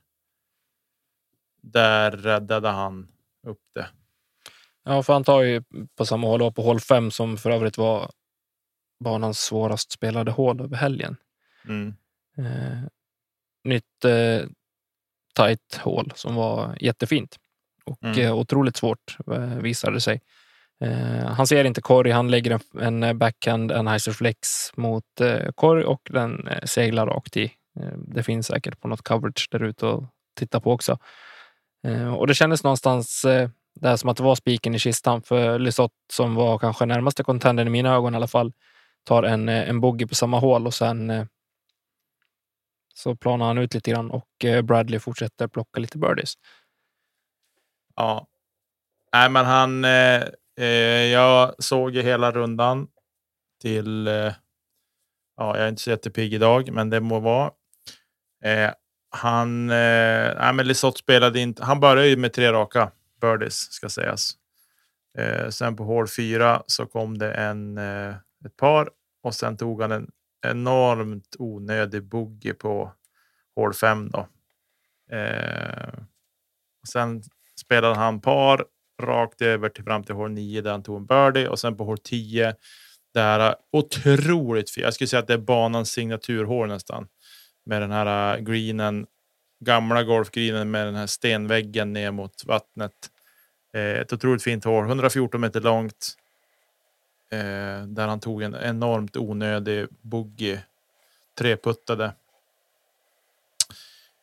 S5: där räddade han upp det.
S4: Ja, för han tar ju på samma håll på hål fem som för övrigt var banans svårast spelade hål över helgen.
S5: Mm.
S4: Eh, nytt eh, tight hål som var jättefint och mm. eh, otroligt svårt eh, visade sig. Eh, han ser inte korg, han lägger en, en backhand, en heiser flex mot eh, korg och den eh, seglar rakt i. Eh, det finns säkert på något coverage där ute och titta på också. Eh, och det kändes någonstans eh, där som att det var spiken i kistan för Lisotte som var kanske närmaste contendern i mina ögon i alla fall. Tar en, en bogey på samma hål och sen eh, så planar han ut lite grann och eh, Bradley fortsätter plocka lite birdies.
S5: Ja. Nej, men han eh, eh, jag såg ju hela rundan till eh, ja, jag är inte så jättepigg idag, men det må vara. Eh, han eh, nej, men Lisotte spelade inte, han började ju med tre raka birdies ska sägas. Eh, sen på hål fyra så kom det en eh, ett par och sen tog han en enormt onödig bogey på hål fem då. Eh, och sen spelade han par rakt över till fram till hål nio där han tog en birdie och sen på hål tio där otroligt fel. Jag skulle säga att det är banans signaturhål nästan med den här greenen, gamla golfgreenen med den här stenväggen ner mot vattnet. Eh, ett otroligt fint hål, hundrafjorton meter långt. Eh, där han tog en enormt onödig bogey, treputtade.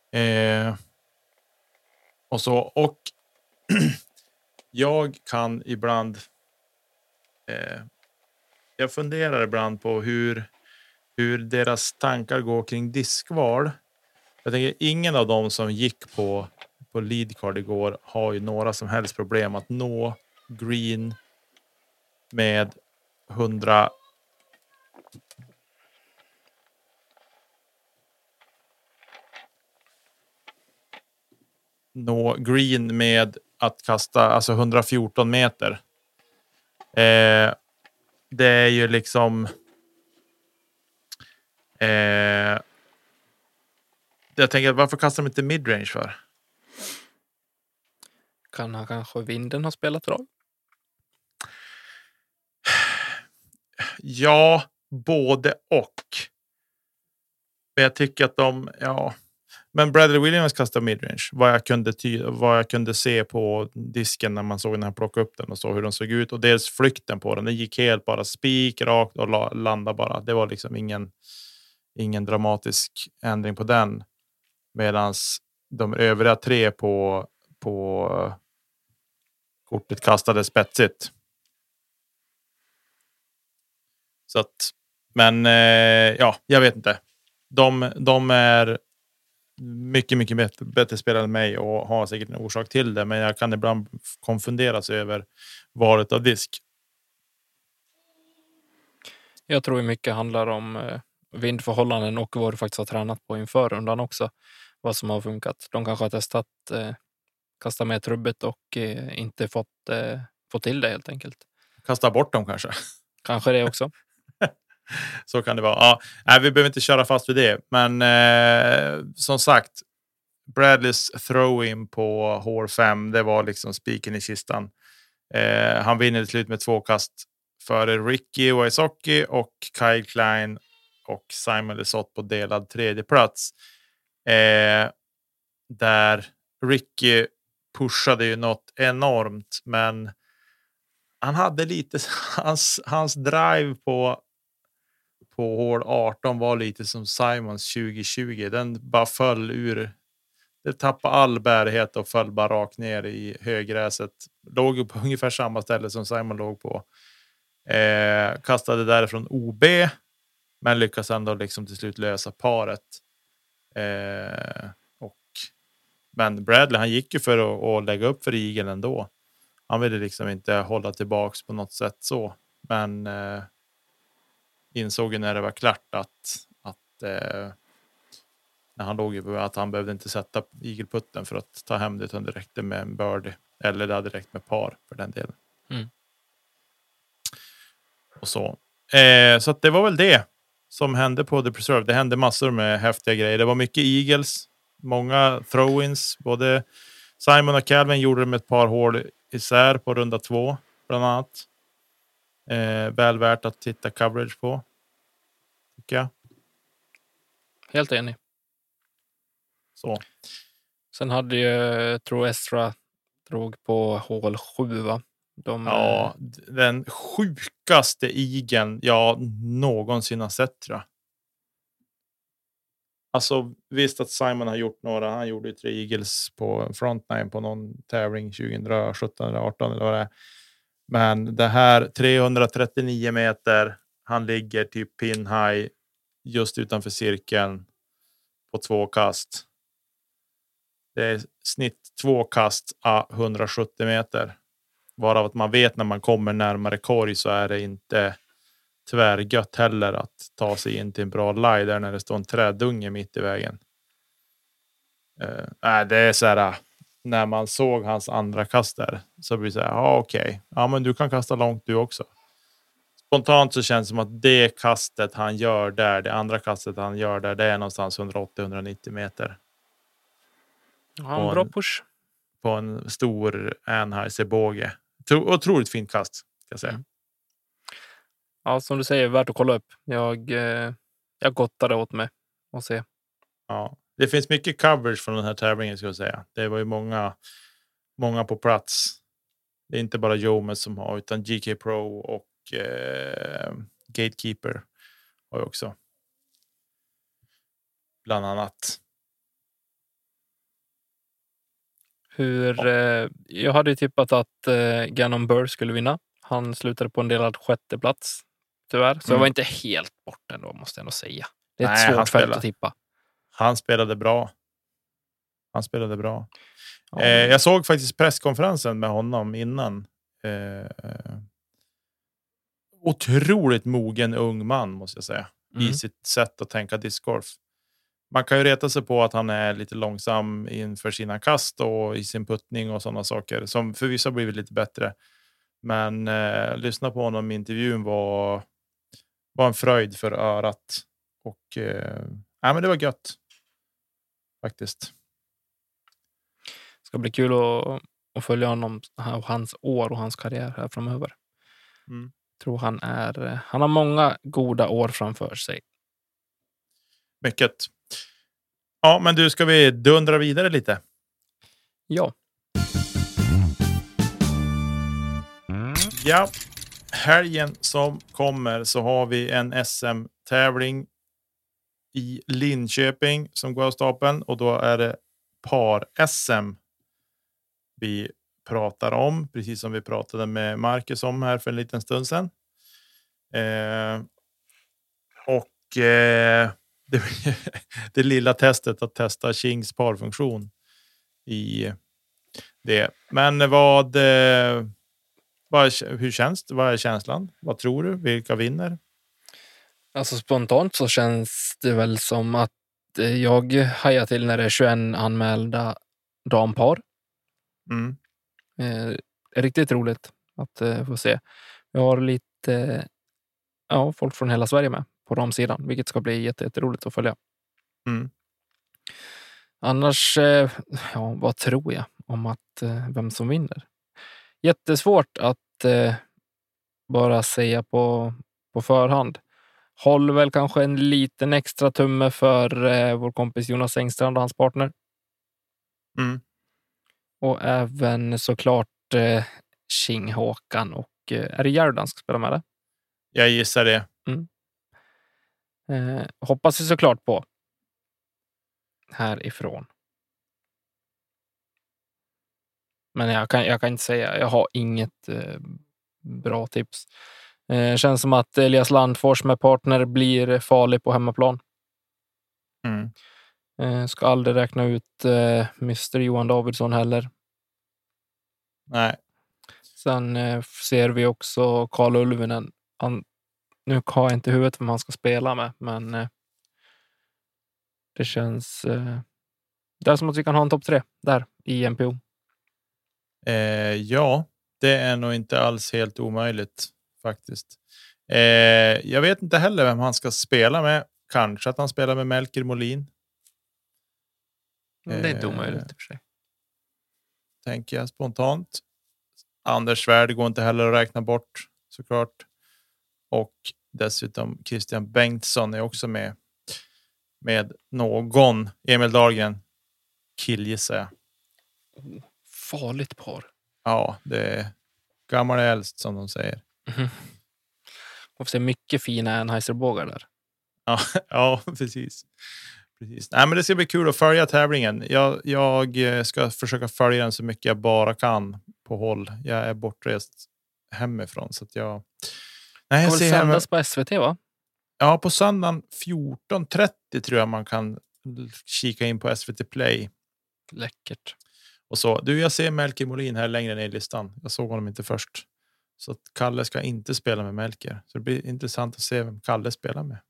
S5: Eh, och så, och jag kan ibland eh, jag funderar ibland på hur hur deras tankar går kring diskval. Jag tänker ingen av dem som gick på på leadcard igår har ju några som helst problem att nå green med hundra nå green med att kasta alltså hundrafjorton meter. Eh, det är ju liksom eh, jag tänker varför kastar de inte midrange för?
S4: Kan han kanske vinden ha spelat roll?
S5: Ja, både och. Men jag tycker att de, ja. Men Bradley Williams kastar midrange. Vad jag kunde ty- vad jag kunde se på disken när man såg när han plockade upp den och så hur de såg ut. Och dels flykten på den. Det gick helt bara spik rakt och la- landa bara. Det var liksom ingen, ingen dramatisk ändring på den. Medans de övriga tre på, på kortet kastade spetsigt. Så att, men eh, ja, jag vet inte. De, de är mycket, mycket bättre, bättre spelare än mig och har säkert en orsak till det. Men jag kan ibland konfunderas över valet av disk.
S4: Jag tror mycket handlar om eh, vindförhållanden och vad du faktiskt har tränat på inför rundan också. Vad som har funkat. De kanske har testat eh, kasta med trubbet och eh, inte fått, eh, fått till det helt enkelt.
S5: Kasta bort dem kanske.
S4: Kanske det också.
S5: Så kan det vara. Ja, nej, vi behöver inte köra fast vid det. Men eh, som sagt, Bradleys throw-in på hål fem, det var liksom spiken i kistan. Eh, han vinner till slut med två kast före Ricky Wysocki och Kyle Klein och Simon Lesoth på delad tredje plats. Eh, där Ricky pushade ju något enormt, men han hade lite hans, hans drive på på hål arton var lite som Simons tjugo tjugo. Den bara föll ur. Det tappade all bärighet och föll bara rakt ner i högräset. Låg på ungefär samma ställe som Simon låg på. Eh, kastade därifrån O B. Men lyckas ändå liksom till slut lösa paret. Eh, och, men Bradley, han gick ju för att, att lägga upp för eagle ändå. Han ville liksom inte hålla tillbaks på något sätt så. Men eh, insåg ju när det var klart att, att eh, när han låg ju att han behövde inte sätta igelputten för att ta hem det, utan det räckte med en birdie. Eller det hade räckt med par för den delen.
S4: Mm.
S5: Och så. Eh, så att det var väl det som hände på The Preserve. Det hände massor med häftiga grejer. Det var mycket eagles. Många throw-ins. Både Simon och Calvin gjorde det med ett par hål isär på runda två. Bland annat. Eh, väl värt att titta coverage på. Tycker jag.
S4: Helt enig.
S5: Så.
S4: Sen hade ju, tror Estra drog på hål sju, va? De,
S5: ja, den sjukaste igen jag någonsin har sett, tror jag. Alltså, visst att Simon har gjort några. Han gjorde ju tre eagles på frontline på någon tävling tjugosjutton eller arton eller vad det är. Men det här trehundratrettionio meter. Han ligger typ pin high just utanför cirkeln på två kast. Det är snitt två kast a hundrasjuttio meter. Varav att man vet när man kommer närmare korg så är det inte tvärgött heller att ta sig in till en bra lie där när det står en trädunge mitt i vägen. Uh, äh, det är så här, när man såg hans andra kast där så blir det så här, ja okej. Okay. Ja, men du kan kasta långt du också. Spontant så känns det som att det kastet han gör där, det andra kastet han gör där, det är någonstans hundraåttio till hundranittio meter.
S4: Ja, en bra push.
S5: På en stor Anheuser-båge. Otroligt fint kast, ska jag säga. Mm.
S4: Ja, som du säger, värt att kolla upp. Jag, eh, jag gottade åt mig och se.
S5: Ja, det finns mycket coverage från den här tävlingen, ska jag säga. Det var ju många, många på plats. Det är inte bara Jomes som har, utan G K Pro och eh, Gatekeeper har ju också. Bland annat.
S4: Hur, eh, jag hade ju tippat att eh, Gannon Burr skulle vinna. Han slutade på en delad sjätte plats, tyvärr. Så mm. jag var inte helt bort ändå, måste jag ändå säga. Det är ett Nej, svårt fält att tippa.
S5: Han spelade bra. Han spelade bra. Ja. Eh, jag såg faktiskt presskonferensen med honom innan. Eh, otroligt mogen ung man, måste jag säga. Mm. I sitt sätt att tänka discgolf. Man kan ju reta sig på att han är lite långsam inför sina kast och i sin puttning och sådana saker. Som för vissa har blivit lite bättre. Men eh, lyssna på honom i intervjun var, var en fröjd för örat. Och eh, ja, men det var gött. Faktiskt.
S4: Det ska bli kul att, att följa honom och hans år och hans karriär här framöver. Mm. Jag tror han är, han har många goda år framför sig.
S5: Mycket. Ja, men du, ska vi dundra vidare lite?
S4: Ja.
S5: Ja, helgen som kommer så har vi en S M-tävling i Linköping som går av stapeln. Och då är det par-S M vi pratar om. Precis som vi pratade med Marcus om här för en liten stund sedan. Eh, och eh, det, det lilla testet att testa Kings parfunktion i det. Men vad, eh, vad hur känns det? Vad är känslan? Vad tror du? Vilka vinner?
S4: Alltså spontant så känns det väl som att jag hajar till när det är tjugoett anmälda dampar.
S5: Mm.
S4: Eh, riktigt roligt att eh, få se. Vi har lite eh, ja, folk från hela Sverige med på damsidan, vilket ska bli jätte, jätteroligt att följa.
S5: Mm.
S4: Annars, eh, ja, vad tror jag om att eh, vem som vinner? Jättesvårt att eh, bara säga på, på förhand. Håller väl kanske en liten extra tumme för eh, vår kompis Jonas Engstrand och hans partner.
S5: Mm.
S4: Och även såklart eh, King Håkan och eh, är det Järdan ska spela med det?
S5: Jag gissar det.
S4: Mm. Eh, hoppas vi såklart på härifrån. Men jag kan, jag kan inte säga, jag har inget eh, bra tips. Eh, känns som att Elias Landfors med partner blir farlig på hemmaplan.
S5: Mm.
S4: Eh, ska aldrig räkna ut eh, mister Johan Davidsson heller.
S5: Nej.
S4: Sen eh, ser vi också Karl Ulvinen. Han, nu har jag inte huvudet vem han ska spela med, men eh, det känns eh, det är som att vi kan ha en topp tre där i M P O.
S5: Eh, ja, det är nog inte alls helt omöjligt faktiskt. Eh, jag vet inte heller vem han ska spela med. Kanske att han spelar med Melker Molin.
S4: Det är inte omöjligt i och för sig.
S5: Tänker jag spontant. Anders Svärd går inte heller att räkna bort såklart. Och dessutom Christian Bengtsson är också med. Med någon. Emil Dahlgren. Killgissar jag.
S4: Oh, farligt par.
S5: Ja, det är gammal äldst som de säger.
S4: Mm-hmm. Man får se mycket fina Anheuser-bågar där.
S5: Ja, ja, precis. Precis. Nej, men det ska bli kul att följa tävlingen. Jag, jag ska försöka följa den så mycket jag bara kan på håll. Jag är bortrest hemifrån så att jag... Nej, jag ser
S4: sändas på S V T, va?
S5: Ja, på söndagen fjorton trettio tror jag man kan kika in på S V T Play.
S4: Läckert.
S5: Och så, du, jag ser Melker Molin här längre ner i listan. Jag såg honom inte först. Så att Kalle ska inte spela med Melker. Så det blir intressant att se vem Kalle spelar med.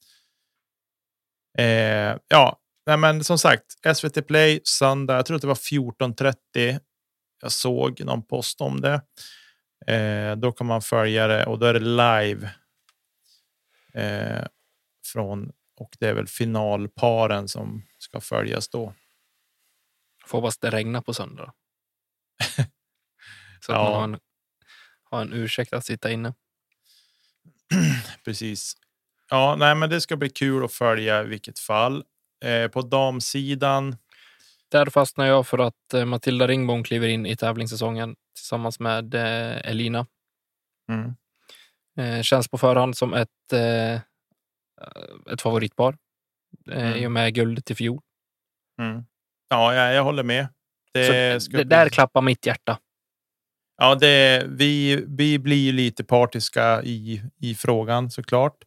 S5: Eh, ja, nej men som sagt, S V T Play söndag, jag tror att det var fjorton trettio. Jag såg någon post om det. Eh, då kan man följa det och då är det live. Eh, från, och det är väl finalparen som ska följas då.
S4: Får hoppas det regnar på söndag. Så att
S5: ja.
S4: man har en, har en ursäkt att sitta inne.
S5: Precis. Ja, nej men det ska bli kul att följa i vilket fall. Eh, på damsidan.
S4: Där fastnar jag för att eh, Matilda Ringbom kliver in i tävlingssäsongen tillsammans med eh, Elina.
S5: Mm.
S4: Eh, känns på förhand som ett, eh, ett favoritpar. Eh,
S5: mm.
S4: I och med guldet i fjol.
S5: Mm. Ja, jag, jag håller med. Det,
S4: Så det där bli... klappar mitt hjärta.
S5: Ja, det, vi, vi blir lite partiska i, i frågan såklart.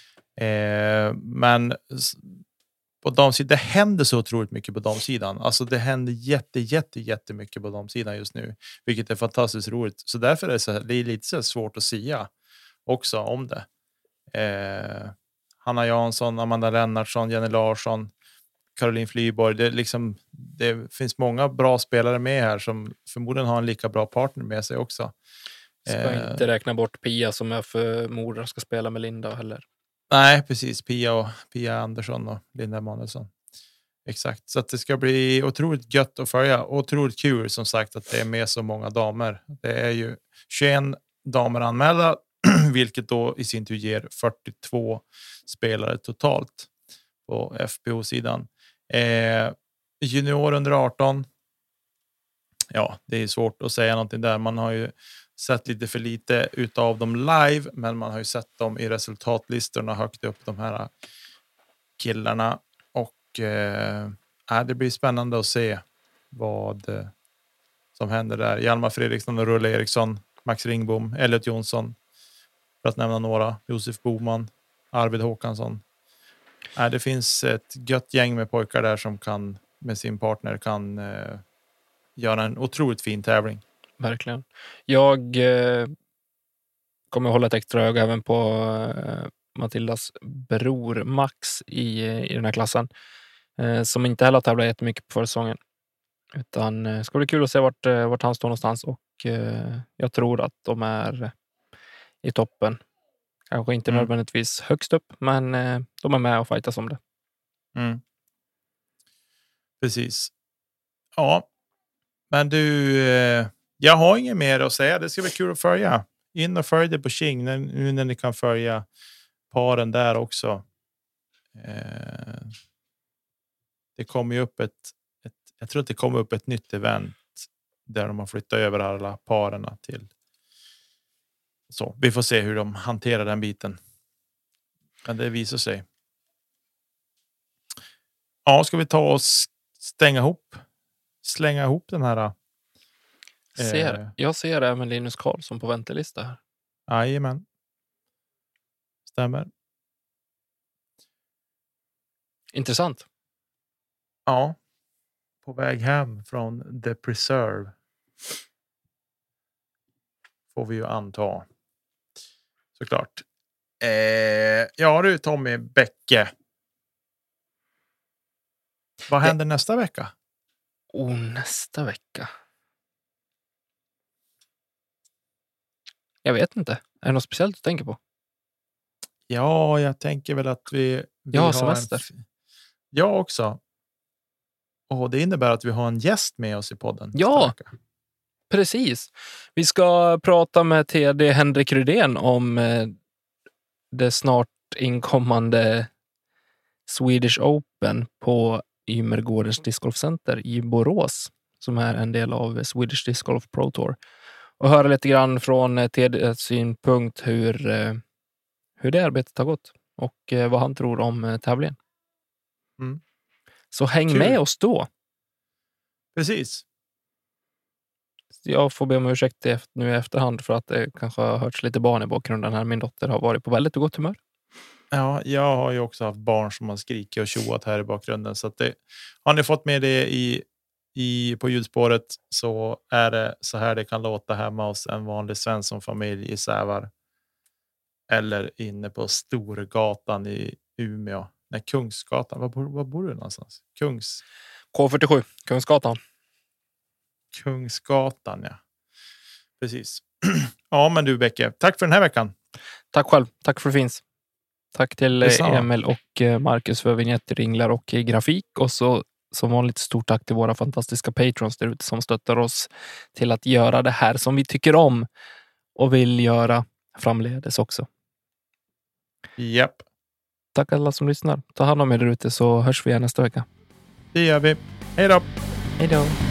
S5: Eh, men på damsidan, det händer så otroligt mycket på damsidan. Alltså det händer jätte, jätte, jättemycket på damsidan just nu. Vilket är fantastiskt roligt. Så därför är det, så, det är lite så svårt att säga också om det. Eh, Hanna Jansson, Amanda Lennartsson, Jenny Larsson, Caroline Flyborg. Det, liksom, det finns många bra spelare med här som förmodligen har en lika bra partner med sig också.
S4: Ska eh, inte räkna bort Pia som jag förmodar ska spela med Linda heller.
S5: Nej, precis. Pia och Pia Andersson och Linda Emanuelsson. Exakt. Så att det ska bli otroligt gött att följa. Otroligt kul som sagt att det är med så många damer. Det är ju tjugoett damer anmälda, vilket då i sin tur ger fyrtiotvå spelare totalt på F B O-sidan. Eh, junior under arton. Ja, det är svårt att säga någonting där. Man har ju sett lite för lite utav dem live, men man har ju sett dem i resultatlistorna högt upp, de här killarna. Och eh, det blir spännande att se vad eh, som händer där. Hjalmar Fredriksson och Rulle Eriksson, Max Ringbom, Elliot Jonsson, för att nämna några. Josef Boman, Arvid Håkansson. Äh, det finns ett gött gäng med pojkar där som kan med sin partner kan eh, göra en otroligt fin tävling.
S4: Verkligen. Jag eh, kommer hålla ett extra öga även på eh, Matildas bror Max i, i den här klassen. Eh, som inte heller tävlar jättemycket på försäsongen. Utan det eh, ska bli kul att se vart, eh, vart han står någonstans. Och eh, jag tror att de är i toppen. Kanske inte mm. nödvändigtvis högst upp, men eh, de är med och fightas om det.
S5: Mm. Precis. Ja. Men du, eh, jag har inget mer att säga. Det ska bli kul att följa. In och följ det på King när, nu när ni kan följa paren där också. Eh, det kommer ju upp ett, ett, jag tror att det kommer upp ett nytt event där de har flyttat över alla parerna till. Så vi får se hur de hanterar den biten. Men det visar sig. Ja, ska vi ta och stänga ihop? Slänga ihop den här. Eh,
S4: ser, jag ser även Linus Karlsson på väntelista här.
S5: Jajamän. Stämmer.
S4: Intressant.
S5: Ja. På väg hem från The Preserve. Får vi ju anta. Såklart. Eh, ja du Tommy Bäcke. Vad händer det... nästa vecka?
S4: Oh, nästa vecka. Jag vet inte. Är det något speciellt du tänker på?
S5: Ja, jag tänker väl att vi... vi
S4: ja,
S5: har
S4: semester.
S5: En... Jag också. Och det innebär att vi har en gäst med oss i podden.
S4: Ja, precis. Vi ska prata med T D Henrik Rydén om eh, det snart inkommande Swedish Open på Ymergårdens discgolfcenter i Borås, som är en del av Swedish Disc Golf Pro Tour. Och höra lite grann från T D:s synpunkt hur, eh, hur det arbetet har gått och eh, vad han tror om eh, tävlingen.
S5: Mm.
S4: Så häng
S5: Kul.
S4: med oss då.
S5: Precis.
S4: Jag får be om ursäkt nu i efterhand för att det kanske har hörts lite barn i bakgrunden här. Min dotter har varit på väldigt gott humör.
S5: Ja, jag har ju också haft barn som har skrikit och tjoat här i bakgrunden. Så att det, har ni fått med det i, i, på ljudspåret så är det så här det kan låta hemma hos en vanlig Svensson-familj i Sävar. Eller inne på Storgatan i Umeå. Nej, Kungsgatan. Var bor, var bor du någonstans? Kungs...
S4: K fyrtiosju, Kungsgatan.
S5: Kungsgatan, ja. Precis. Ja, men du Bäcke, tack för den här veckan.
S4: Tack själv. Tack för det finns. Tack till Emil och Marcus för vignetter, ringlar och grafik. Och så som vanligt stort tack till våra fantastiska patrons där ute som stöttar oss till att göra det här som vi tycker om och vill göra framledes också.
S5: Japp.
S4: Tack alla som lyssnar. Ta hand om er där ute så hörs vi igen nästa vecka.
S5: Det gör vi. Hej då.
S4: Hej då.